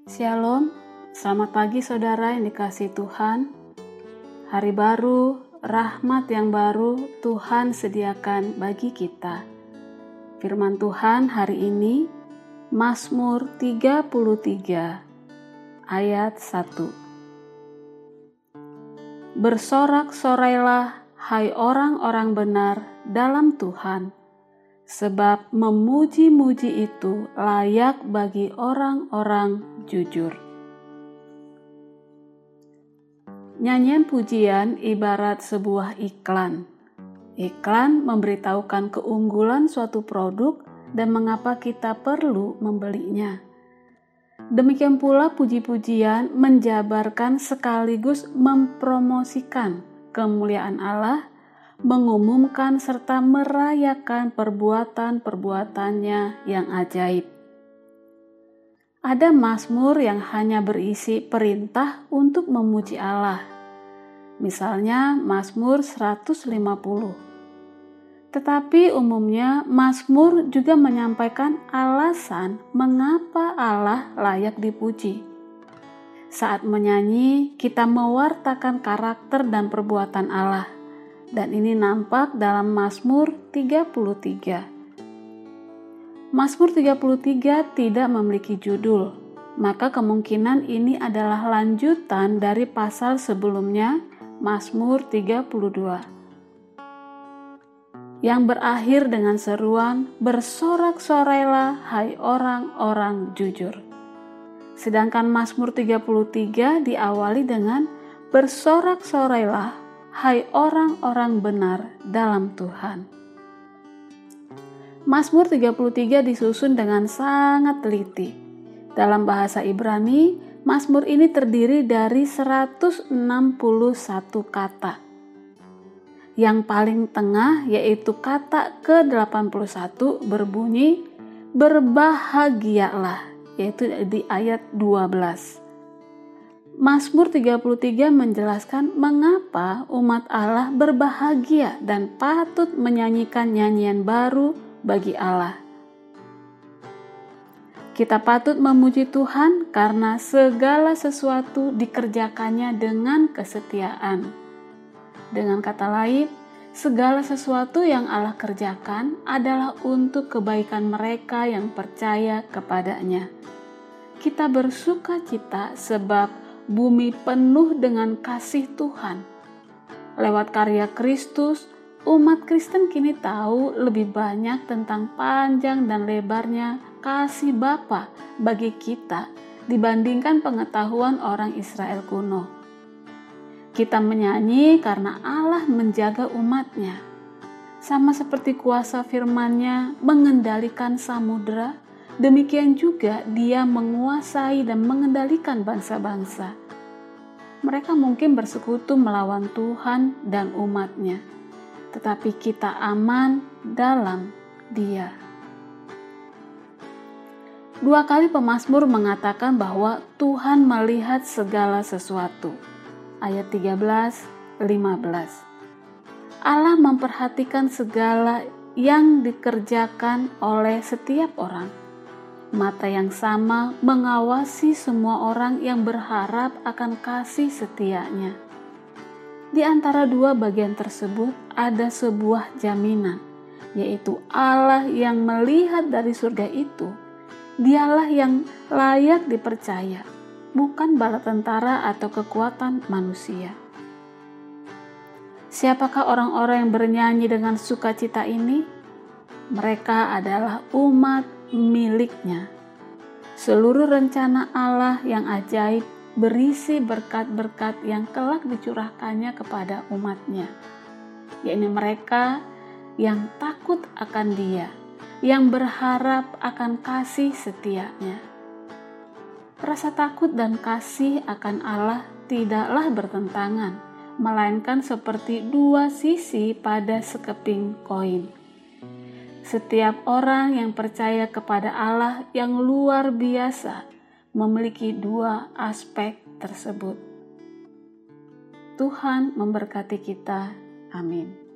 Shalom, selamat pagi saudara yang dikasihi Tuhan. Hari baru, rahmat yang baru Tuhan sediakan bagi kita. Firman Tuhan hari ini, Mazmur 33 ayat 1. Bersorak-sorailah hai orang-orang benar dalam Tuhan, sebab memuji-muji itu layak bagi orang-orang jujur. Nyanyian pujian ibarat sebuah iklan. Iklan memberitahukan keunggulan suatu produk dan mengapa kita perlu membelinya. Demikian pula puji-pujian menjabarkan sekaligus mempromosikan kemuliaan Allah, mengumumkan serta merayakan perbuatan-perbuatannya yang ajaib. Ada mazmur yang hanya berisi perintah untuk memuji Allah. Misalnya Mazmur 150. Tetapi umumnya mazmur juga menyampaikan alasan mengapa Allah layak dipuji. Saat menyanyi, kita mewartakan karakter dan perbuatan Allah. Dan ini nampak dalam Mazmur 33. Mazmur 33 tidak memiliki judul, maka kemungkinan ini adalah lanjutan dari pasal sebelumnya, Mazmur 32. Yang berakhir dengan seruan, bersorak-sorailah hai orang-orang jujur. Sedangkan Mazmur 33 diawali dengan bersorak-sorailah hai orang-orang benar dalam Tuhan. Mazmur 33 disusun dengan sangat teliti. Dalam bahasa Ibrani, Mazmur ini terdiri dari 161 kata. Yang paling tengah yaitu kata ke-81 berbunyi berbahagialah, yaitu di ayat 12. Mazmur 33 menjelaskan mengapa umat Allah berbahagia dan patut menyanyikan nyanyian baru bagi Allah. Kita patut memuji Tuhan karena segala sesuatu dikerjakannya dengan kesetiaan. Dengan kata lain, segala sesuatu yang Allah kerjakan adalah untuk kebaikan mereka yang percaya kepadanya. Kita bersuka cita sebab bumi penuh dengan kasih Tuhan. Lewat karya Kristus, umat Kristen kini tahu lebih banyak tentang panjang dan lebarnya kasih Bapa bagi kita dibandingkan pengetahuan orang Israel kuno. Kita menyanyi karena Allah menjaga umatnya. Sama seperti kuasa firman-Nya mengendalikan samudera, demikian juga Dia menguasai dan mengendalikan bangsa-bangsa. Mereka mungkin bersekutu melawan Tuhan dan umat-Nya, tetapi kita aman dalam Dia. 2 kali pemazmur mengatakan bahwa Tuhan melihat segala sesuatu. Ayat 13-15. Allah memperhatikan segala yang dikerjakan oleh setiap orang. Mata yang sama mengawasi semua orang yang berharap akan kasih setia-Nya. Di antara dua bagian tersebut ada sebuah jaminan, yaitu Allah yang melihat dari surga itu. Dialah yang layak dipercaya, bukan bala tentara atau kekuatan manusia. Siapakah orang-orang yang bernyanyi dengan sukacita ini? Mereka adalah umat milik-Nya. Seluruh rencana Allah yang ajaib berisi berkat-berkat yang kelak dicurahkannya kepada umat-Nya, yakni mereka yang takut akan Dia, yang berharap akan kasih setia-Nya. Rasa takut dan kasih akan Allah tidaklah bertentangan, melainkan seperti dua sisi pada sekeping koin. Setiap orang yang percaya kepada Allah yang luar biasa memiliki dua aspek tersebut. Tuhan memberkati kita. Amin.